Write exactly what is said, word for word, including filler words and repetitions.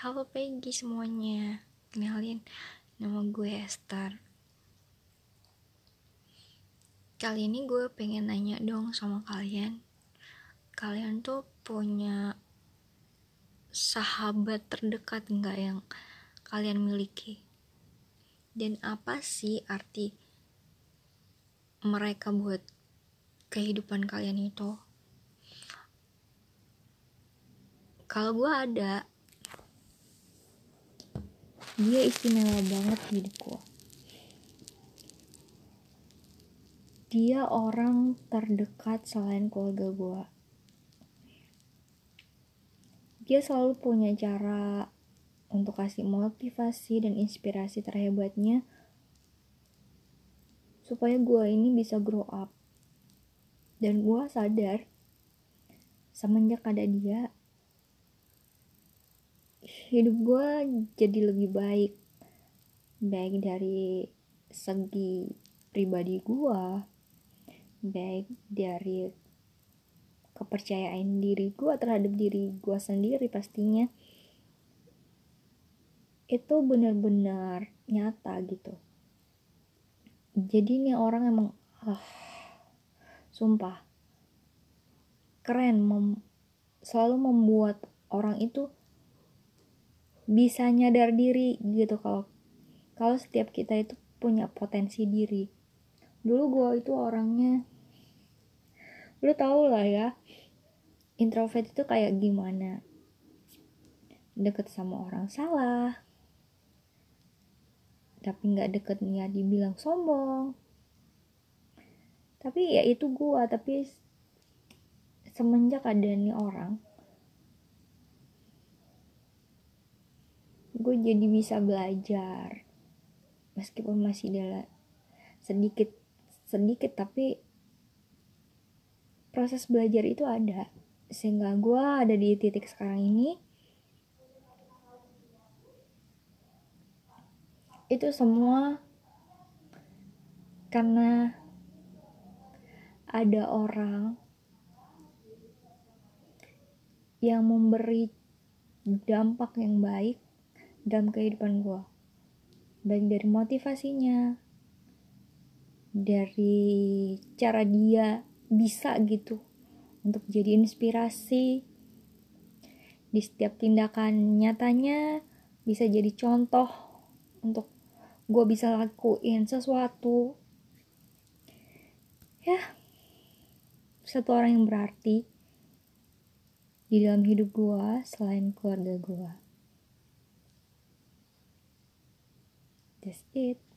Halo Peggy semuanya, kenalin nama gue Esther. Kali ini gue pengen nanya dong sama kalian. Kalian tuh punya sahabat terdekat gak yang kalian miliki? Dan apa sih arti mereka buat kehidupan kalian itu? Kalau gue ada, dia istimewa banget di hidup gue. Dia orang terdekat selain keluarga gue. Dia selalu punya cara untuk kasih motivasi dan inspirasi terhebatnya supaya gue ini bisa grow up. Dan gue sadar semenjak ada dia, hidup gue jadi lebih baik. Baik dari segi pribadi gue, baik dari kepercayaan diri gue terhadap diri gue sendiri pastinya. Itu benar-benar nyata gitu. Jadi ini orang emang ah, sumpah keren, mem- selalu membuat orang itu bisa nyadar diri gitu kalau kalau setiap kita itu punya potensi diri. Dulu gue itu orangnya, lu tau lah ya, introvert itu kayak gimana, deket sama orang salah, tapi nggak deket nggak dibilang sombong. Tapi ya itu gue, tapi semenjak ada nih orang, gue jadi bisa belajar meskipun masih dalam sedikit sedikit tapi proses belajar itu ada sehingga gue ada di titik sekarang ini. Itu semua karena ada orang yang memberi dampak yang baik dalam kehidupan gue, baik dari motivasinya, dari cara dia bisa gitu untuk jadi inspirasi di setiap tindakan nyatanya, bisa jadi contoh untuk gue bisa lakuin sesuatu. Ya, satu orang yang berarti di dalam hidup gue selain keluarga gue. That's it.